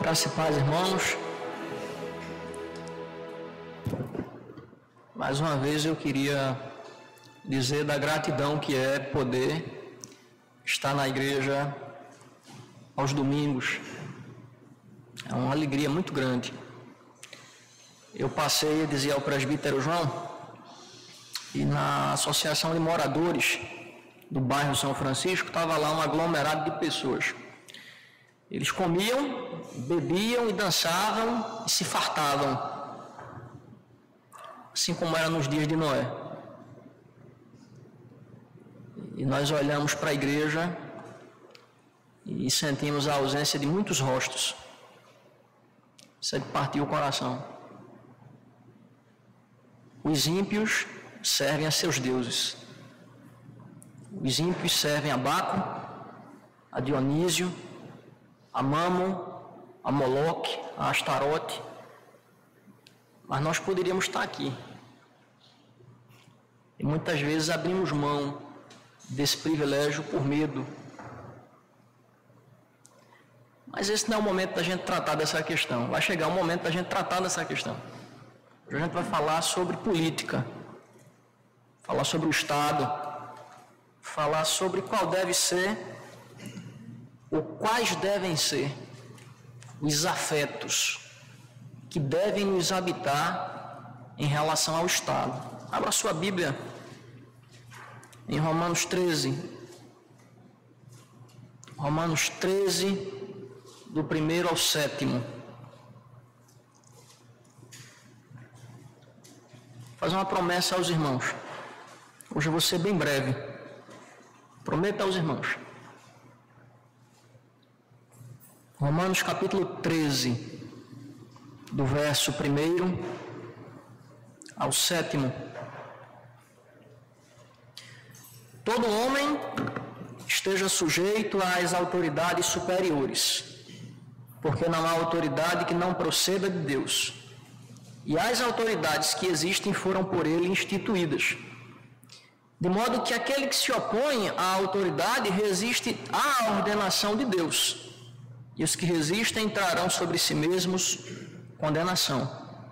Graça e paz, irmãos. Mais uma vez eu queria dizer da gratidão que é poder estar na igreja aos domingos. É uma alegria muito grande. Eu passei, dizia ao presbítero João, e na associação de moradores do bairro São Francisco estava lá um aglomerado de pessoas. Eles comiam, bebiam e dançavam e se fartavam, assim como era nos dias de Noé. E nós olhamos para a igreja e sentimos a ausência de muitos rostos. Isso é de partir o coração. Os ímpios servem a seus deuses. Os ímpios servem a Baco, a Dionísio, a Mammon, a Moloque, a Astarote. Mas nós poderíamos estar aqui. E muitas vezes abrimos mão desse privilégio por medo. Mas esse não é o momento da gente tratar dessa questão. Vai chegar o momento da gente tratar dessa questão. Hoje a gente vai falar sobre política, falar sobre o Estado, falar sobre qual deve ser ou quais devem ser os afetos que devem nos habitar em relação ao Estado. Abra sua Bíblia em Romanos 13. Romanos 13, do 1º ao 7º. Vou fazer uma promessa aos irmãos. Hoje eu vou ser bem breve. Prometo aos irmãos. Romanos capítulo 13, do verso 1º ao 7º. Todo homem esteja sujeito às autoridades superiores, porque não há autoridade que não proceda de Deus. E as autoridades que existem foram por ele instituídas. De modo que aquele que se opõe à autoridade resiste à ordenação de Deus. E os que resistem trarão sobre si mesmos condenação.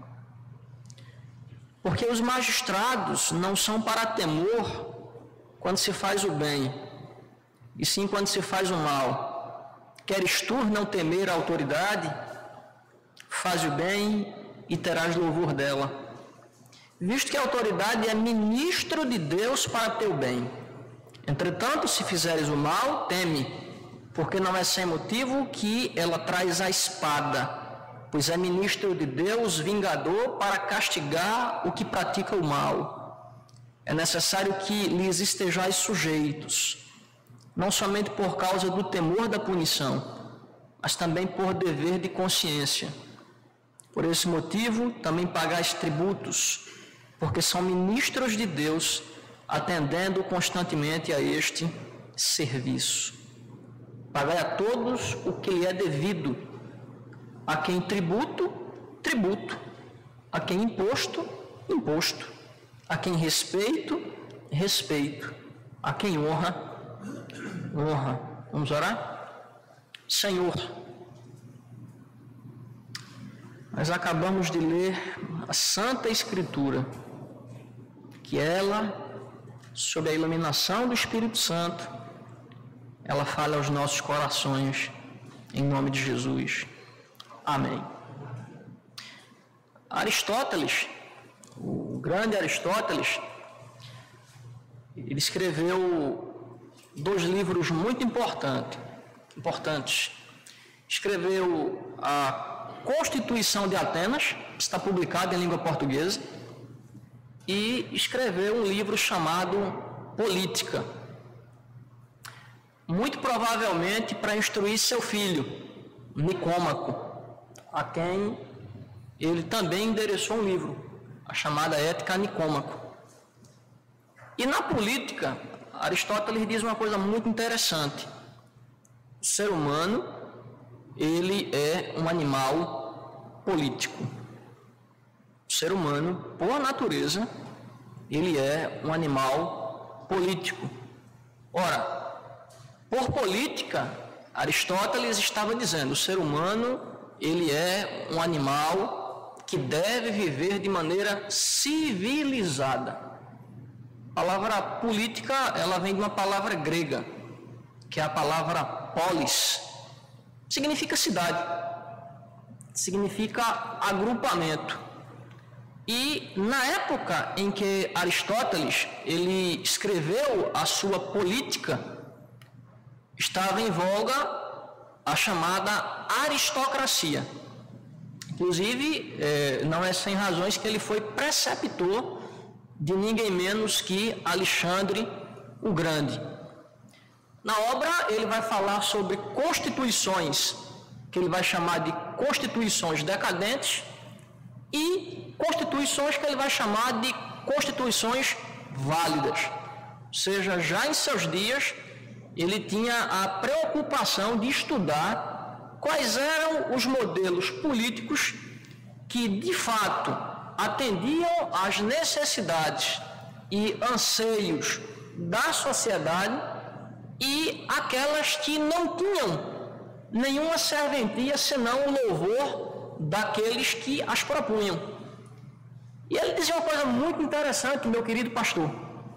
Porque os magistrados não são para temor quando se faz o bem, e sim quando se faz o mal. Queres tu não temer a autoridade? Faz o bem e terás louvor dela. Visto que a autoridade é ministro de Deus para teu bem. Entretanto, se fizeres o mal, teme, porque não é sem motivo que ela traz a espada, pois é ministro de Deus, vingador, para castigar o que pratica o mal. É necessário que lhes estejais sujeitos, não somente por causa do temor da punição, mas também por dever de consciência. Por esse motivo, também pagais tributos, porque são ministros de Deus, atendendo constantemente a este serviço. Pagai a todos o que lhe é devido, a quem tributo, tributo, a quem imposto, imposto, a quem respeito, respeito, a quem honra, honra. Vamos orar? Senhor, nós acabamos de ler a Santa Escritura, que ela, sob a iluminação do Espírito Santo, ela fala aos nossos corações, em nome de Jesus. Amém. Aristóteles, o grande Aristóteles, ele escreveu 2 livros muito importantes. Escreveu a Constituição de Atenas, que está publicada em língua portuguesa, e escreveu um livro chamado Política, muito provavelmente para instruir seu filho, Nicômaco, a quem ele também endereçou um livro, a chamada Ética a Nicômaco. E na política, Aristóteles diz uma coisa muito interessante. O ser humano, ele é um animal político. O ser humano, por natureza, ele é um animal político. Ora, por política, Aristóteles estava dizendo, o ser humano ele é um animal que deve viver de maneira civilizada. A palavra política, ela vem de uma palavra grega, que é a palavra polis. Significa cidade, significa agrupamento. E na época em que Aristóteles ele escreveu a sua política, estava em voga a chamada aristocracia. Inclusive, não é sem razões que ele foi preceptor de ninguém menos que Alexandre o Grande. Na obra, ele vai falar sobre constituições, que ele vai chamar de constituições decadentes, e constituições que ele vai chamar de constituições válidas. Ou seja, já em seus dias, ele tinha a preocupação de estudar quais eram os modelos políticos que, de fato, atendiam às necessidades e anseios da sociedade e aquelas que não tinham nenhuma serventia senão o louvor daqueles que as propunham. E ele dizia uma coisa muito interessante, meu querido pastor,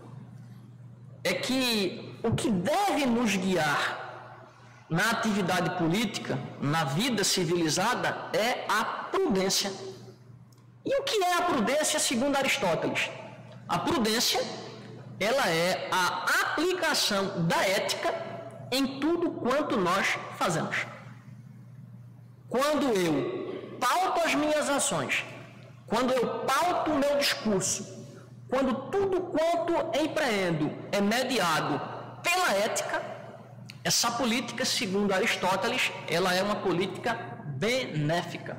é que o que deve nos guiar na atividade política, na vida civilizada, é a prudência. E o que é a prudência segundo Aristóteles? A prudência, ela é a aplicação da ética em tudo quanto nós fazemos. Quando eu pauto as minhas ações, quando eu pauto o meu discurso, quando tudo quanto empreendo é mediado pela ética, essa política, segundo Aristóteles, ela é uma política benéfica.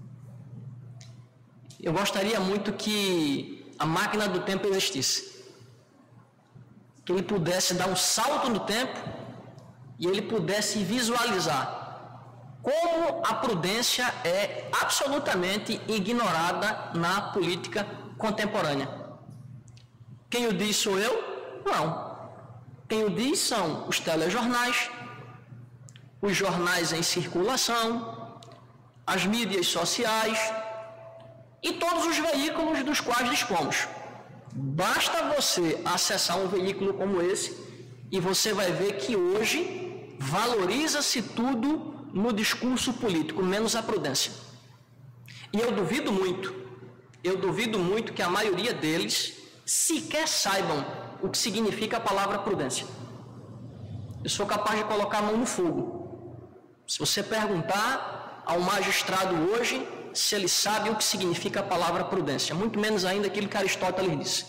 Eu gostaria muito que a máquina do tempo existisse, que ele pudesse dar um salto no tempo e ele pudesse visualizar como a prudência é absolutamente ignorada na política contemporânea. Quem o diz sou eu? Não. Quem o diz são os telejornais, os jornais em circulação, as mídias sociais e todos os veículos dos quais dispomos. Basta você acessar um veículo como esse e você vai ver que hoje valoriza-se tudo no discurso político, menos a prudência. E eu duvido muito que a maioria deles sequer saibam o que significa a palavra prudência. Eu sou capaz de colocar a mão no fogo. Se você perguntar ao magistrado hoje se ele sabe o que significa a palavra prudência, muito menos ainda aquilo que Aristóteles disse.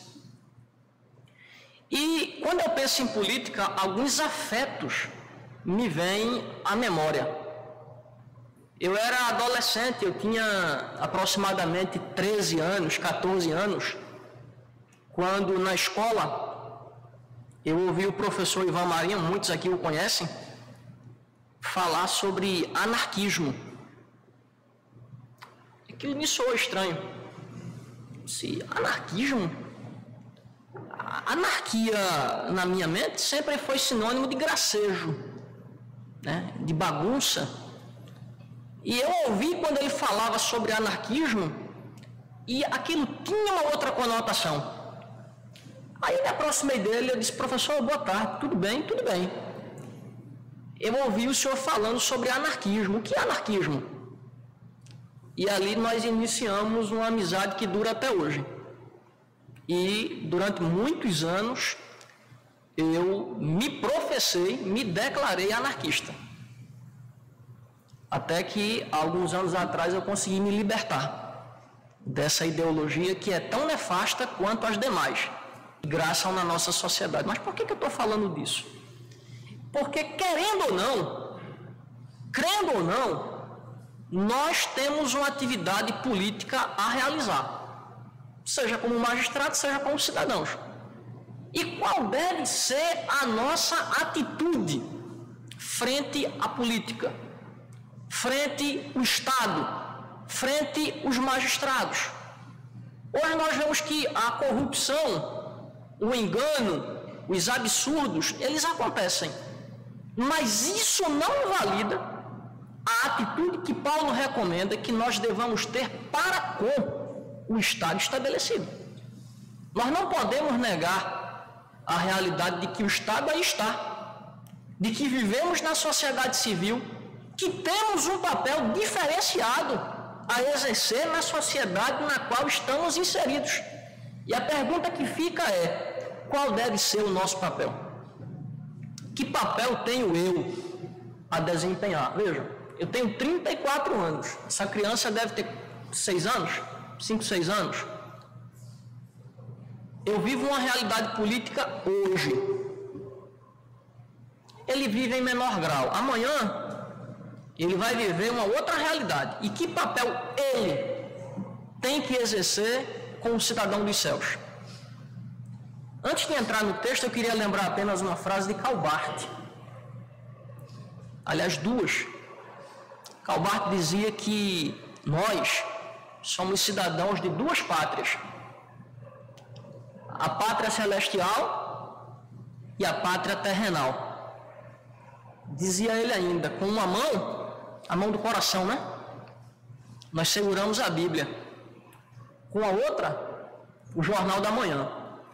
E quando eu penso em política, alguns afetos me vêm à memória. Eu era adolescente, eu tinha aproximadamente 13 anos, 14 anos, quando na escola eu ouvi o professor Ivan Marinho, muitos aqui o conhecem, falar sobre anarquismo. Aquilo me soou estranho. Se anarquismo? A anarquia, na minha mente, sempre foi sinônimo de gracejo, né? De bagunça. E eu ouvi quando ele falava sobre anarquismo e aquilo tinha uma outra conotação. Aí eu me aproximei dele e disse: professor, boa tarde, tudo bem? Tudo bem. Eu ouvi o senhor falando sobre anarquismo. O que é anarquismo? E ali nós iniciamos uma amizade que dura até hoje. E durante muitos anos eu me professei, me declarei anarquista. Até que, alguns anos atrás, eu consegui me libertar dessa ideologia que é tão nefasta quanto as demais, que graçam na nossa sociedade. Mas por que eu estou falando disso? Porque, querendo ou não, nós temos uma atividade política a realizar, seja como magistrado, seja como cidadãos. E qual deve ser a nossa atitude frente à política? Frente ao Estado, frente aos magistrados. Hoje nós vemos que a corrupção, o engano, os absurdos, eles acontecem. Mas isso não invalida a atitude que Paulo recomenda que nós devamos ter para com o Estado estabelecido. Nós não podemos negar a realidade de que o Estado aí está, de que vivemos na sociedade civil, que temos um papel diferenciado a exercer na sociedade na qual estamos inseridos. E a pergunta que fica é: qual deve ser o nosso papel? Que papel tenho eu a desempenhar? Veja, eu tenho 34 anos. Essa criança deve ter 6 anos, 5, 6 anos. Eu vivo uma realidade política hoje. Ele vive em menor grau. Amanhã, ele vai viver uma outra realidade. E que papel ele tem que exercer como cidadão dos céus? Antes de entrar no texto, eu queria lembrar apenas uma frase de Karl Barth. Aliás, duas. Karl Barth dizia que nós somos cidadãos de duas pátrias: a pátria celestial e a pátria terrenal. Dizia ele ainda, com uma mão, a mão do coração, né? Nós seguramos a Bíblia. Com a outra, o Jornal da Manhã.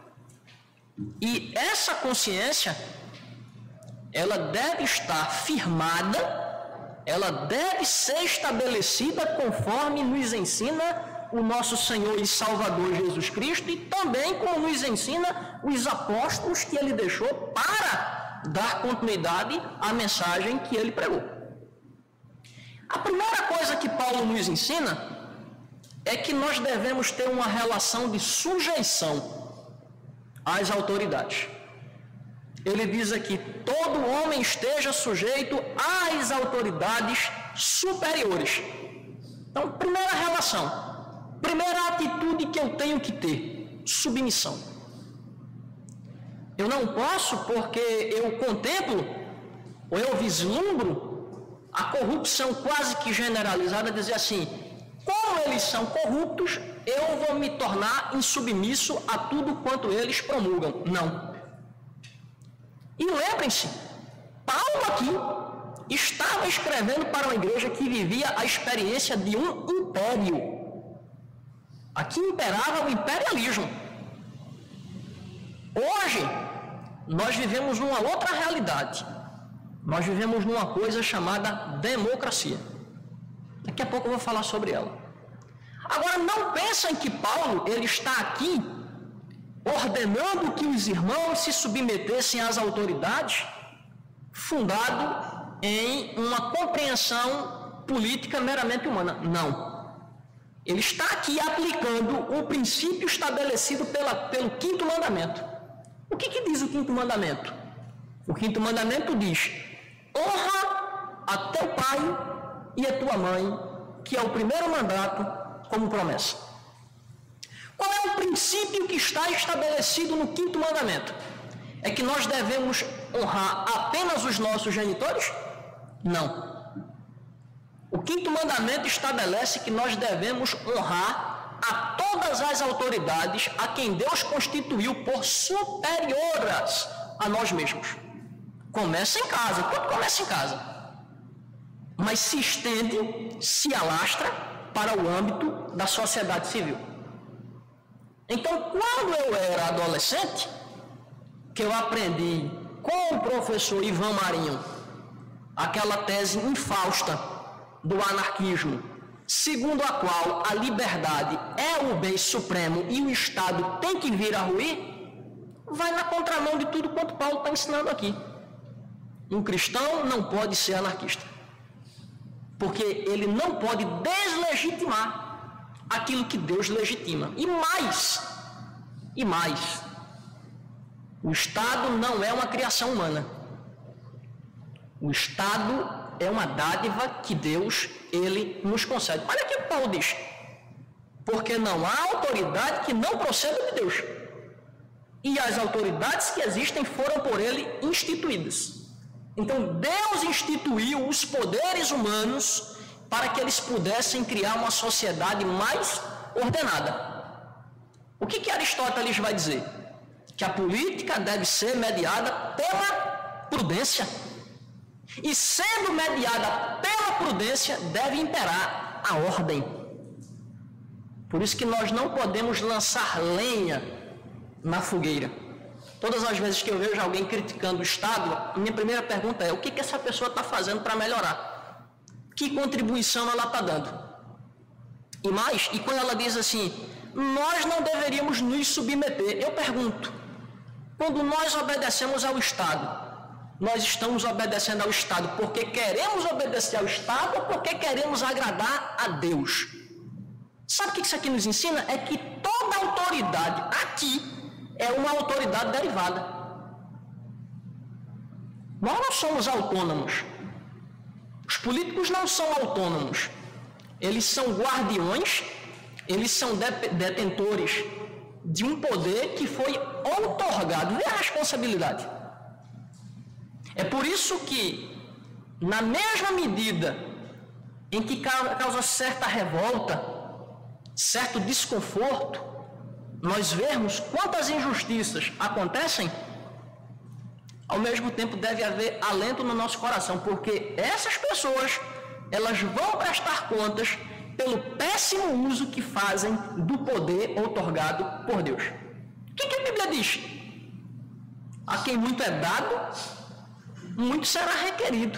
E essa consciência, ela deve estar firmada, ela deve ser estabelecida conforme nos ensina o nosso Senhor e Salvador Jesus Cristo, e também como nos ensina os apóstolos que ele deixou para dar continuidade à mensagem que ele pregou. A primeira coisa que Paulo nos ensina é que nós devemos ter uma relação de sujeição às autoridades. Ele diz aqui: todo homem esteja sujeito às autoridades superiores. Então, primeira relação, primeira atitude que eu tenho que ter: submissão. Eu não posso, porque eu contemplo ou eu vislumbro a corrupção quase que generalizada, dizer assim: como eles são corruptos, eu vou me tornar insubmisso a tudo quanto eles promulgam. Não. E lembrem-se, Paulo aqui estava escrevendo para uma igreja que vivia a experiência de um império. Aqui imperava o imperialismo. Hoje, nós vivemos numa outra realidade. Nós vivemos numa coisa chamada democracia. Daqui a pouco eu vou falar sobre ela. Agora, não pensem que Paulo ele está aqui ordenando que os irmãos se submetessem às autoridades, fundado em uma compreensão política meramente humana. Não. Ele está aqui aplicando o princípio estabelecido pelo quinto mandamento. O que diz o quinto mandamento? O quinto mandamento diz: honra a teu pai e a tua mãe, que é o primeiro mandato como promessa. Qual é o princípio que está estabelecido no quinto mandamento? É que nós devemos honrar apenas os nossos genitores? Não. O quinto mandamento estabelece que nós devemos honrar a todas as autoridades a quem Deus constituiu por superioras a nós mesmos. Começa em casa, tudo começa em casa. Mas se estende, se alastra para o âmbito da sociedade civil. Então, quando eu era adolescente, que eu aprendi com o professor Ivan Marinho aquela tese infausta do anarquismo, segundo a qual a liberdade é o bem supremo e o Estado tem que vir a ruir, vai na contramão de tudo quanto Paulo está ensinando aqui. Um cristão não pode ser anarquista, porque ele não pode deslegitimar aquilo que Deus legitima. E mais, o Estado não é uma criação humana. O Estado é uma dádiva que Deus, ele nos concede. Olha aqui o que Paulo diz: porque não há autoridade que não proceda de Deus, e as autoridades que existem foram por ele instituídas. Então Deus instituiu os poderes humanos para que eles pudessem criar uma sociedade mais ordenada. O que Aristóteles vai dizer? Que a política deve ser mediada pela prudência. E sendo mediada pela prudência deve imperar a ordem. Por isso que nós não podemos lançar lenha na fogueira. Todas as vezes que eu vejo alguém criticando o Estado, a minha primeira pergunta é: o que essa pessoa está fazendo para melhorar? Que contribuição ela está dando? E mais, e quando ela diz assim, nós não deveríamos nos submeter, eu pergunto, quando nós obedecemos ao Estado, nós estamos obedecendo ao Estado porque queremos obedecer ao Estado ou porque queremos agradar a Deus? Sabe o que isso aqui nos ensina? É que toda autoridade aqui é uma autoridade derivada. Nós não somos autônomos. Os políticos não são autônomos. Eles são guardiões, eles são detentores de um poder que foi outorgado. Vê a responsabilidade. É por isso que, na mesma medida em que causa certa revolta, certo desconforto, nós vemos quantas injustiças acontecem, ao mesmo tempo deve haver alento no nosso coração, porque essas pessoas, elas vão prestar contas pelo péssimo uso que fazem do poder outorgado por Deus. O que a Bíblia diz? A quem muito é dado, muito será requerido.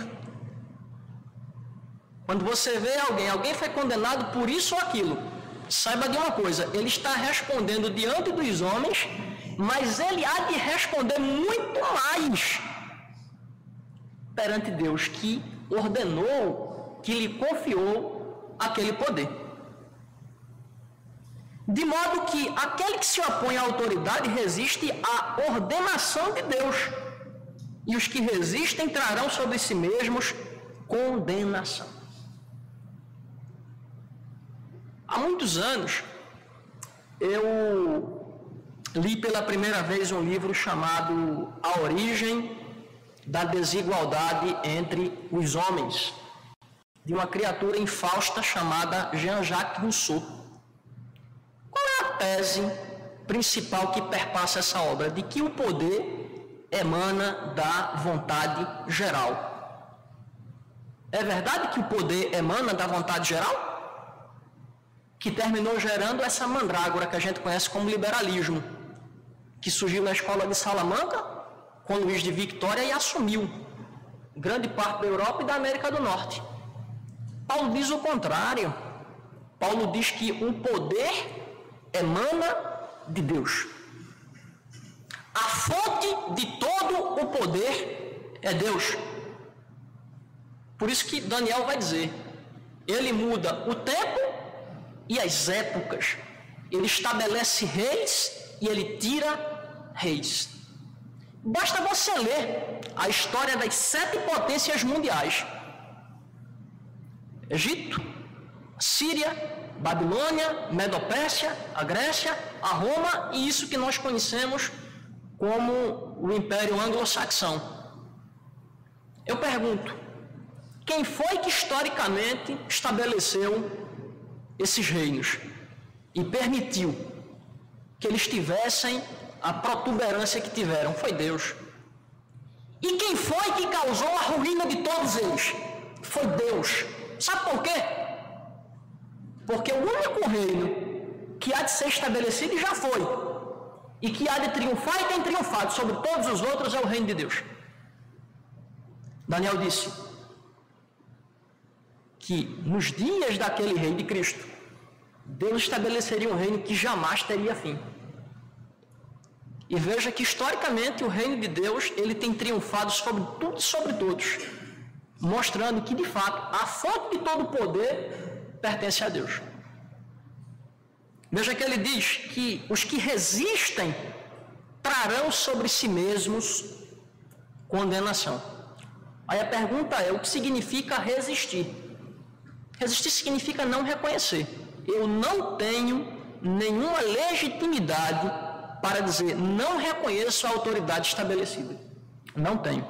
Quando você vê alguém foi condenado por isso ou aquilo, saiba de uma coisa, ele está respondendo diante dos homens, mas ele há de responder muito mais perante Deus, que ordenou, que lhe confiou aquele poder. De modo que aquele que se opõe à autoridade resiste à ordenação de Deus, e os que resistem trarão sobre si mesmos condenação. Há muitos anos, eu li pela primeira vez um livro chamado A Origem da Desigualdade entre os Homens, de uma criatura infausta chamada Jean-Jacques Rousseau. Qual é a tese principal que perpassa essa obra? De que o poder emana da vontade geral. É verdade que o poder emana da vontade geral? Que terminou gerando essa mandrágora que a gente conhece como liberalismo, que surgiu na escola de Salamanca com Luís de Victória e assumiu grande parte da Europa e da América do Norte. Paulo diz o contrário. Paulo diz que o poder emana de Deus. A fonte de todo o poder é Deus. Por isso que Daniel vai dizer, ele muda o tempo e as épocas. Ele estabelece reis e ele tira reis. Basta você ler a história das 7 potências mundiais. Egito, Síria, Babilônia, Medopérsia, a Grécia, a Roma e isso que nós conhecemos como o Império Anglo-Saxão. Eu pergunto, quem foi que historicamente estabeleceu esses reinos e permitiu que eles tivessem a protuberância que tiveram? Foi Deus. E quem foi que causou a ruína de todos eles? Foi Deus. Sabe por quê? Porque o único reino que há de ser estabelecido e já foi, e que há de triunfar e tem triunfado sobre todos os outros é o reino de Deus. Daniel disse que nos dias daquele rei de Cristo, Deus estabeleceria um reino que jamais teria fim. E veja que historicamente o reino de Deus ele tem triunfado sobre tudo e sobre todos, mostrando que de fato a fonte de todo o poder pertence a Deus. Veja que ele diz que os que resistem trarão sobre si mesmos condenação. Aí a pergunta é, o que significa resistir? Resistir significa não reconhecer. Eu não tenho nenhuma legitimidade para dizer, não reconheço a autoridade estabelecida. Não tenho.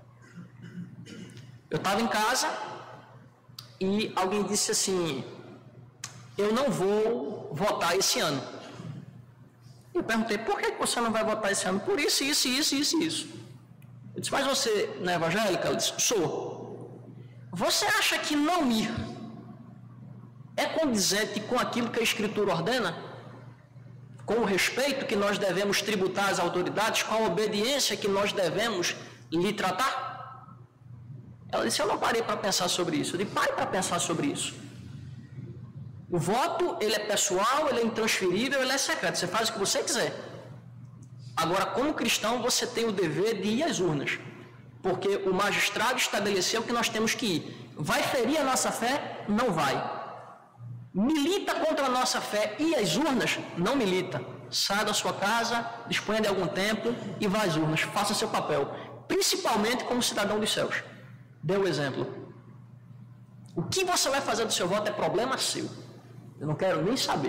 Eu estava em casa e alguém disse assim, eu não vou votar esse ano. Eu perguntei, por que você não vai votar esse ano? Por isso, isso, isso, isso, isso. Eu disse, mas você não é evangélica? Ela disse, sou. Você acha que não ir é condizente com aquilo que a Escritura ordena? Com o respeito que nós devemos tributar às autoridades, com a obediência que nós devemos lhe tratar? Ela disse, eu não parei para pensar sobre isso. Eu disse, pare para pensar sobre isso. O voto, ele é pessoal, ele é intransferível, ele é secreto. Você faz o que você quiser. Agora, como cristão, você tem o dever de ir às urnas. Porque o magistrado estabeleceu que nós temos que ir. Vai ferir a nossa fé? Não vai. Milita contra a nossa fé e as urnas? Não milita. Saia da sua casa, disponha de algum tempo e vá às urnas. Faça seu papel. Principalmente como cidadão dos céus. Dê o exemplo. O que você vai fazer do seu voto é problema seu. Eu não quero nem saber.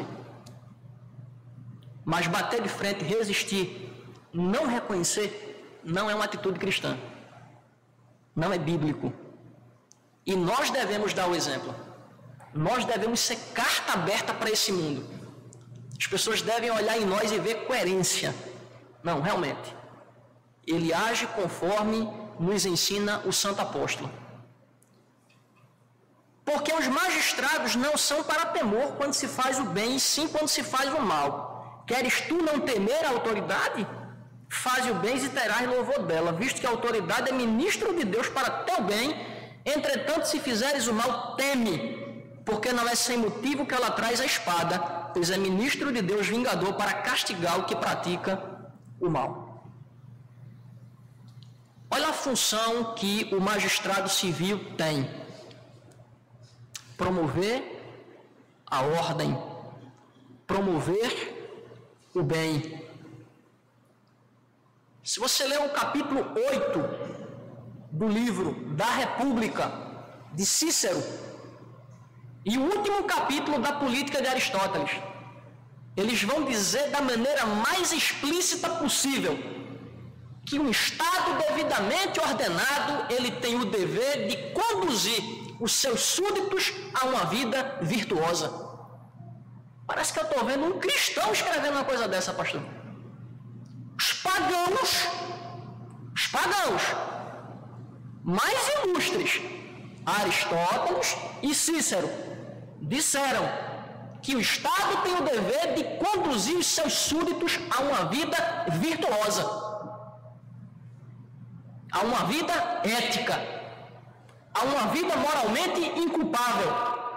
Mas bater de frente, resistir, não reconhecer, não é uma atitude cristã. Não é bíblico. E nós devemos dar o exemplo. Nós devemos ser carta aberta para esse mundo. As pessoas devem olhar em nós e ver coerência. Não, realmente. Ele age conforme nos ensina o Santo Apóstolo. Porque os magistrados não são para temor quando se faz o bem, e sim quando se faz o mal. Queres tu não temer a autoridade? Faze o bem e terás louvor dela, visto que a autoridade é ministro de Deus para teu bem. Entretanto, se fizeres o mal, teme, porque não é sem motivo que ela traz a espada, pois é ministro de Deus vingador para castigar o que pratica o mal. Olha a função que o magistrado civil tem: promover a ordem, promover o bem. Se você ler o capítulo 8 do livro da República de Cícero e o último capítulo da Política de Aristóteles, eles vão dizer da maneira mais explícita possível que um Estado devidamente ordenado, ele tem o dever de conduzir os seus súditos a uma vida virtuosa. Parece que eu estou vendo um cristão escrevendo uma coisa dessa, pastor. Os pagãos mais ilustres, Aristóteles e Cícero, disseram que o Estado tem o dever de conduzir os seus súditos a uma vida virtuosa, a uma vida ética, a uma vida moralmente inculpável.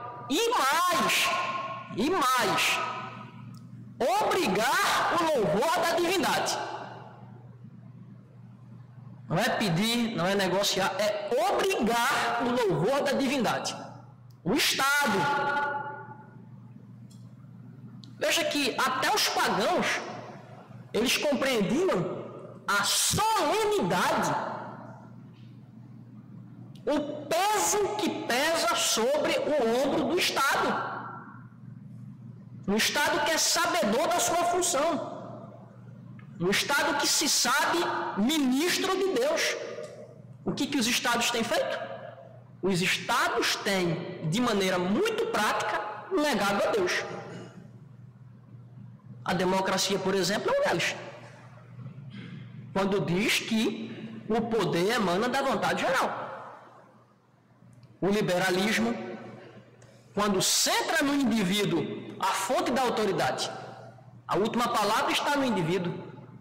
E mais, obrigar o louvor da divindade. Não é pedir, não é negociar, é obrigar o louvor da divindade. O Estado. Veja que até os pagãos, eles compreendiam a solenidade, o peso que pesa sobre o ombro do Estado. Um Estado que é sabedor da sua função. Um Estado que se sabe ministro de Deus. O que os Estados têm feito? Os Estados têm, de maneira muito prática, negado a Deus. A democracia, por exemplo, é um deles. Quando diz que o poder emana da vontade geral. O liberalismo, quando centra no indivíduo a fonte da autoridade, a última palavra está no indivíduo.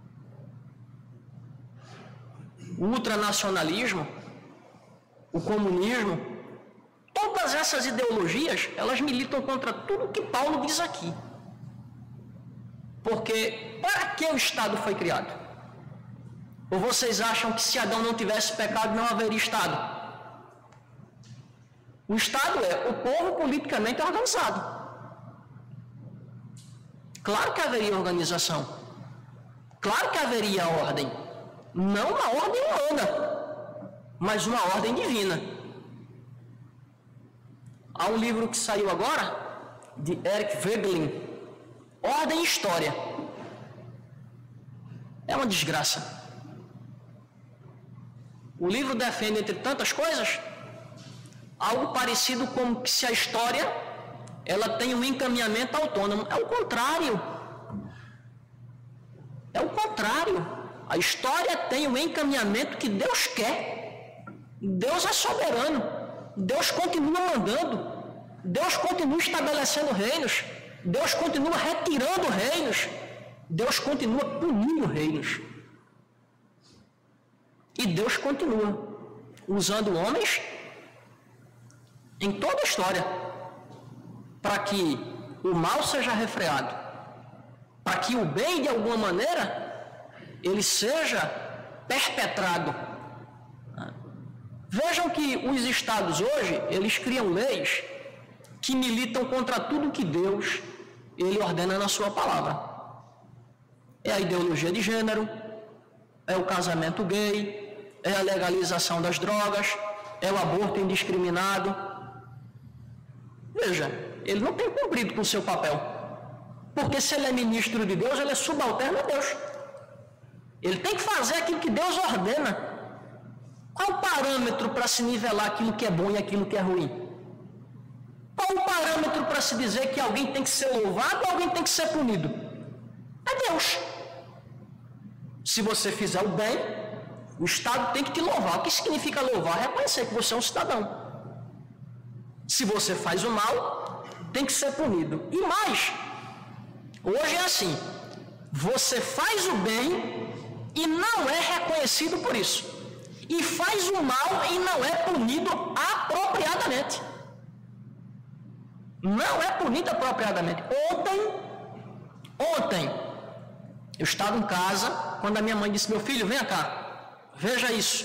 O ultranacionalismo, o comunismo, todas essas ideologias, elas militam contra tudo que Paulo diz aqui. Porque para que o Estado foi criado? Ou vocês acham que se Adão não tivesse pecado, não haveria Estado? O Estado é o povo politicamente organizado. Claro que haveria organização. Claro que haveria ordem. Não uma ordem humana, mas uma ordem divina. Há um livro que saiu agora, de Eric Voegelin, Ordem e História. É uma desgraça. O livro defende, entre tantas coisas, algo parecido com que se a história ela tem um encaminhamento autônomo. É o contrário. É o contrário. A história tem o encaminhamento que Deus quer. Deus é soberano. Deus continua mandando, Deus continua estabelecendo reinos, Deus continua retirando reinos, Deus continua punindo reinos. E Deus continua usando homens em toda a história para que o mal seja refreado, para que o bem, de alguma maneira, ele seja perpetrado. Vejam que os estados hoje, eles criam leis que militam contra tudo que Deus, ele ordena na sua palavra. É a ideologia de gênero, é o casamento gay, é a legalização das drogas, é o aborto indiscriminado. Veja, ele não tem cumprido com o seu papel. Porque se ele é ministro de Deus, ele é subalterno a Deus. Ele tem que fazer aquilo que Deus ordena. Qual o parâmetro para se nivelar aquilo que é bom e aquilo que é ruim? Qual o parâmetro para se dizer que alguém tem que ser louvado ou alguém tem que ser punido? É Deus. Se você fizer o bem, o Estado tem que te louvar. O que significa louvar? Reconhecer que você é um cidadão. Se você faz o mal, tem que ser punido. E mais, hoje é assim, você faz o bem e não é reconhecido por isso. E faz o mal e não é punido apropriadamente. Não é punido apropriadamente. Ontem, eu estava em casa, quando a minha mãe disse, meu filho, venha cá, veja isso.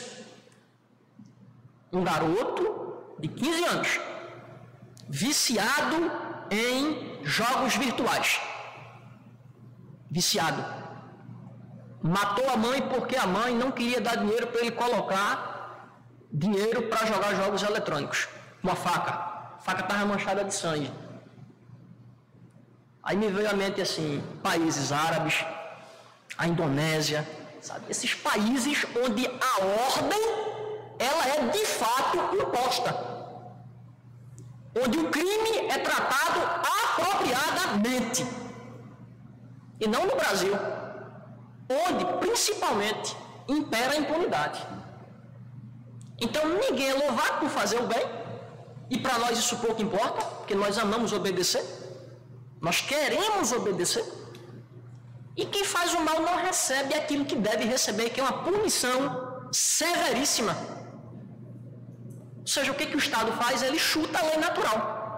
Um garoto de 15 anos, viciado em jogos virtuais. Viciado. Matou a mãe porque a mãe não queria dar dinheiro para ele colocar dinheiro para jogar jogos eletrônicos. Uma faca. A faca estava manchada de sangue. Aí me veio à mente assim, países árabes, a Indonésia, sabe? Esses países onde a ordem, ela é de fato imposta. Onde o crime é tratado apropriadamente. E não no Brasil, onde principalmente impera a impunidade. Então ninguém é louvado por fazer o bem, e para nós isso pouco importa, porque nós amamos obedecer, nós queremos obedecer, e quem faz o mal não recebe aquilo que deve receber, que é uma punição severíssima. Ou seja, o que o Estado faz? Ele chuta a lei natural.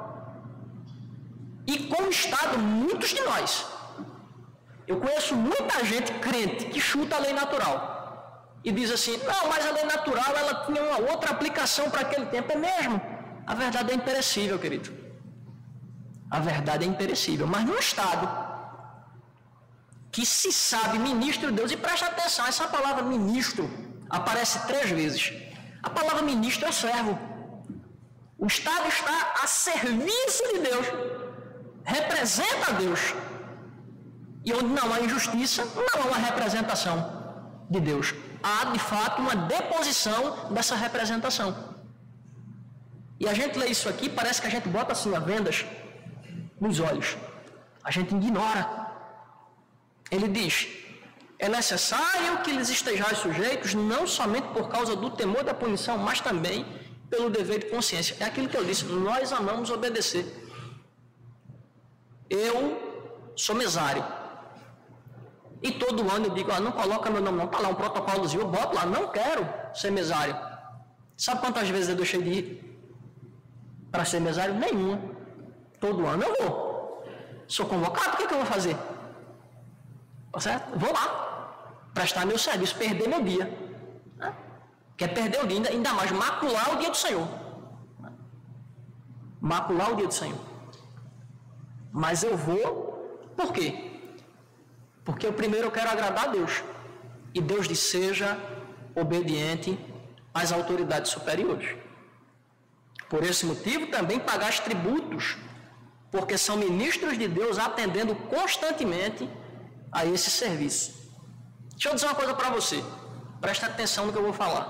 E como Estado, muitos de nós, eu conheço muita gente crente que chuta a lei natural e diz assim, não, mas a lei natural ela tinha uma outra aplicação para aquele tempo. É mesmo? A verdade é imperecível, querido. A verdade é imperecível. Mas no Estado que se sabe ministro de Deus, e presta atenção, essa palavra ministro aparece 3 vezes. A palavra ministro é servo. O Estado está a serviço de Deus, representa a Deus. E onde não há injustiça, não há uma representação de Deus. Há, de fato, uma deposição dessa representação. E a gente lê isso aqui, parece que a gente bota assim, a vendas nos olhos. A gente ignora. Ele diz, é necessário que lhes estejais sujeitos, não somente por causa do temor da punição, mas também pelo dever de consciência. É aquilo que eu disse, nós amamos obedecer. Eu sou mesário. E todo ano eu digo, não coloca meu nome não, está lá um protocolozinho, eu boto lá, não quero ser mesário. Sabe quantas vezes eu deixei de ir para ser mesário? Nenhuma. Todo ano eu vou. Sou convocado, o que eu vou fazer? Tá certo? Vou lá, prestar meu serviço, perder meu dia. Quer perder o dia, ainda mais, macular o dia do Senhor. Macular o dia do Senhor. Mas eu vou, por quê? Porque eu primeiro quero agradar a Deus. E Deus diz, seja obediente às autoridades superiores. Por esse motivo, também pagaste tributos, porque são ministros de Deus atendendo constantemente a esse serviço. Deixa eu dizer uma coisa para você. Presta atenção no que eu vou falar.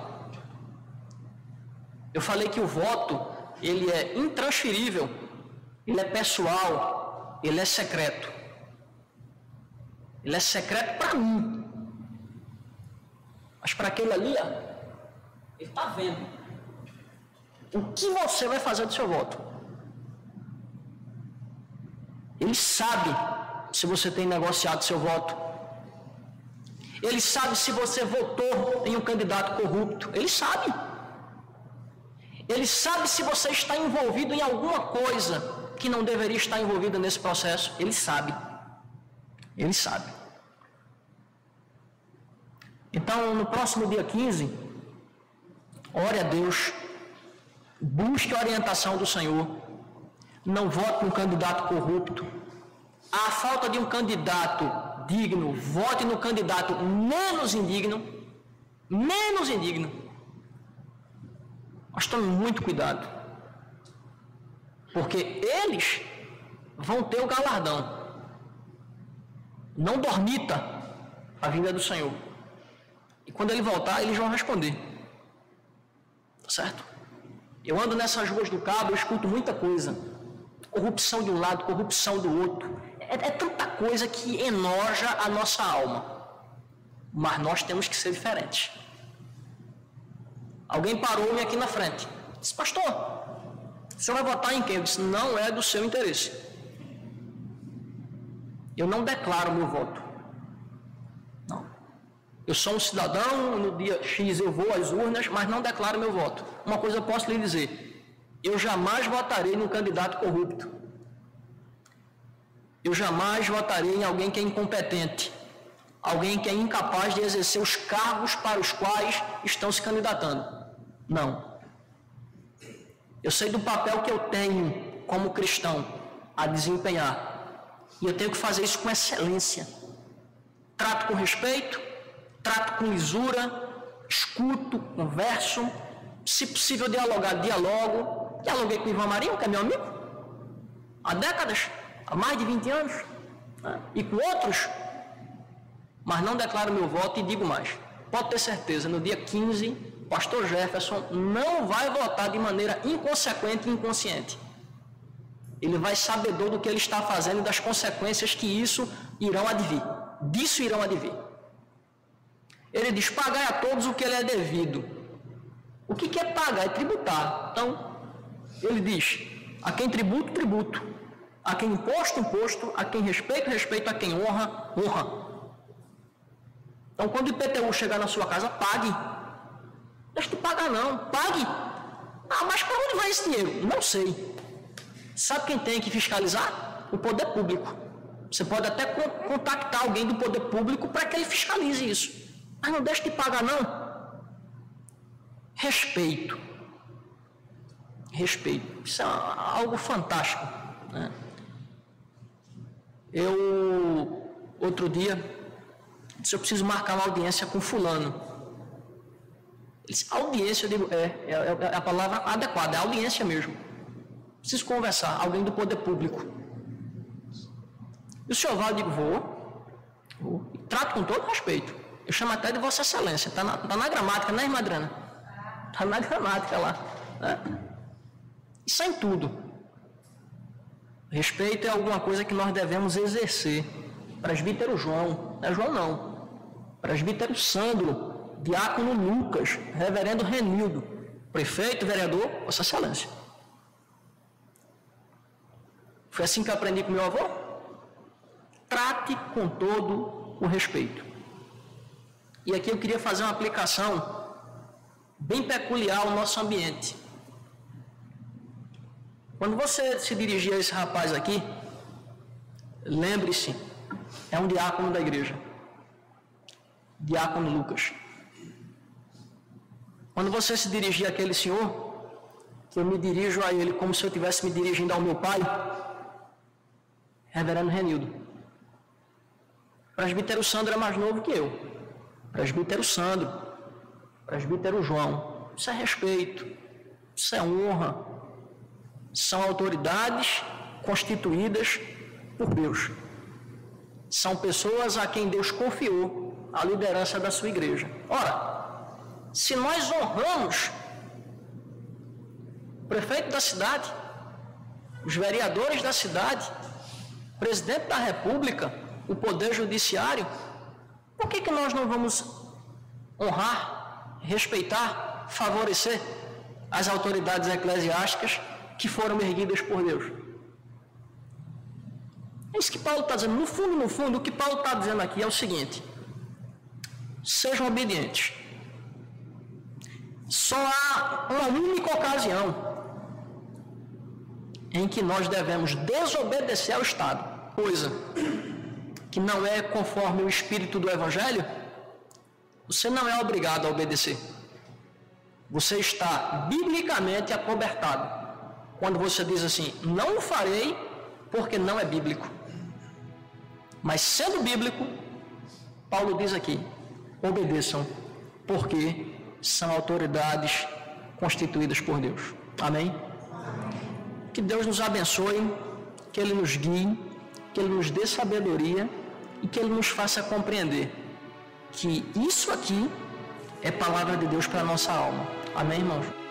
Eu falei que o voto, ele é intransferível, ele é pessoal, ele é secreto. Ele é secreto para mim. Mas para aquele ali, ele está vendo. o que você vai fazer do seu voto. Ele sabe se você tem negociado seu voto. Ele sabe se você votou em um candidato corrupto. Ele sabe. Ele sabe se você está envolvido em alguma coisa que não deveria estar envolvido nesse processo. Ele sabe. Ele sabe. Então, no próximo dia 15, ore a Deus, busque a orientação do Senhor, não vote em um candidato corrupto. À falta de um candidato digno, vote no candidato menos indigno. Menos indigno. Mas tome muito cuidado, porque eles vão ter o galardão. Não dormita a vinda do Senhor. E quando ele voltar, eles vão responder. Tá certo? Eu ando nessas ruas do Cabo, eu escuto muita coisa. Corrupção de um lado, corrupção do outro. É tanta coisa que enoja a nossa alma. Mas nós temos que ser diferentes. Alguém parou-me aqui na frente. Disse, pastor, o senhor vai votar em quem? Eu disse, não é do seu interesse. Eu não declaro meu voto. Não. Eu sou um cidadão, no dia X eu vou às urnas, mas não declaro meu voto. Uma coisa eu posso lhe dizer, eu jamais votarei num candidato corrupto. Eu jamais votarei em alguém que é incompetente, alguém que é incapaz de exercer os cargos para os quais estão se candidatando. Não. Eu sei do papel que eu tenho como cristão a desempenhar. E eu tenho que fazer isso com excelência. Trato com respeito, trato com lisura, escuto, converso, se possível dialogo. Dialoguei com o Ivan Marinho, que é meu amigo, há décadas, há mais de 20 anos, né? E com outros, mas não declaro meu voto e digo mais. Pode ter certeza, no dia 15, o pastor Jefferson não vai votar de maneira inconsequente e inconsciente. Ele vai sabedor do que ele está fazendo e das consequências que isso irão advir. Disso irão advir. Ele diz, pagai a todos o que ele é devido. O que é pagar? É tributar. Então, ele diz, a quem tributo, tributo. A quem imposto, imposto. A quem respeito, respeito. A quem honra, honra. Então, quando o IPTU chegar na sua casa, pague. Deixa de pagar não, pague. Ah, mas para onde vai esse dinheiro? Não sei. Sabe quem tem que fiscalizar? O poder público. Você pode até contactar alguém do poder público para que ele fiscalize isso. Mas não deixe de pagar não. Respeito. Respeito. Isso é algo fantástico, né? Outro dia, disse, eu preciso marcar uma audiência com fulano. Ele disse, audiência, eu digo, é a palavra adequada, é audiência mesmo. Preciso conversar, alguém do poder público. E o senhor vai, eu digo, vou. E trato com todo respeito. Eu chamo até de Vossa Excelência. Está na gramática, né, irmã Adriana? Está na gramática lá. Né? Isso é em tudo. Respeito é alguma coisa que nós devemos exercer. Presbítero João, não é João não. Presbítero Sandro, diácono Lucas, reverendo Renildo, prefeito, vereador, Vossa Excelência. Foi assim que eu aprendi com meu avô. Trate com todo o respeito. E aqui eu queria fazer uma aplicação bem peculiar ao nosso ambiente. Quando você se dirigir a esse rapaz aqui, lembre-se, é um diácono da igreja. Diácono Lucas. Quando você se dirigir àquele senhor, eu me dirijo a ele como se eu estivesse me dirigindo ao meu pai, reverendo Renildo. Presbítero Sandro é mais novo que eu. Presbítero Sandro. Presbítero João. Isso é respeito. Isso é honra. São autoridades constituídas por Deus. São pessoas a quem Deus confiou a liderança da sua igreja. Ora, se nós honramos o prefeito da cidade, os vereadores da cidade, o presidente da República, o poder judiciário, por que nós não vamos honrar, respeitar, favorecer as autoridades eclesiásticas que foram erguidas por Deus. É isso que Paulo está dizendo. No fundo, o que Paulo está dizendo aqui é o seguinte: sejam obedientes. Só há uma única ocasião em que nós devemos desobedecer ao Estado, coisa que não é conforme o espírito do Evangelho. Você não é obrigado a obedecer. Você está biblicamente acobertado quando você diz assim: não o farei porque não é bíblico. Mas sendo bíblico, Paulo diz aqui: obedeçam, porque são autoridades constituídas por Deus. Amém? Que Deus nos abençoe, que Ele nos guie, que Ele nos dê sabedoria e que Ele nos faça compreender que isso aqui é palavra de Deus para a nossa alma. Amém, irmãos?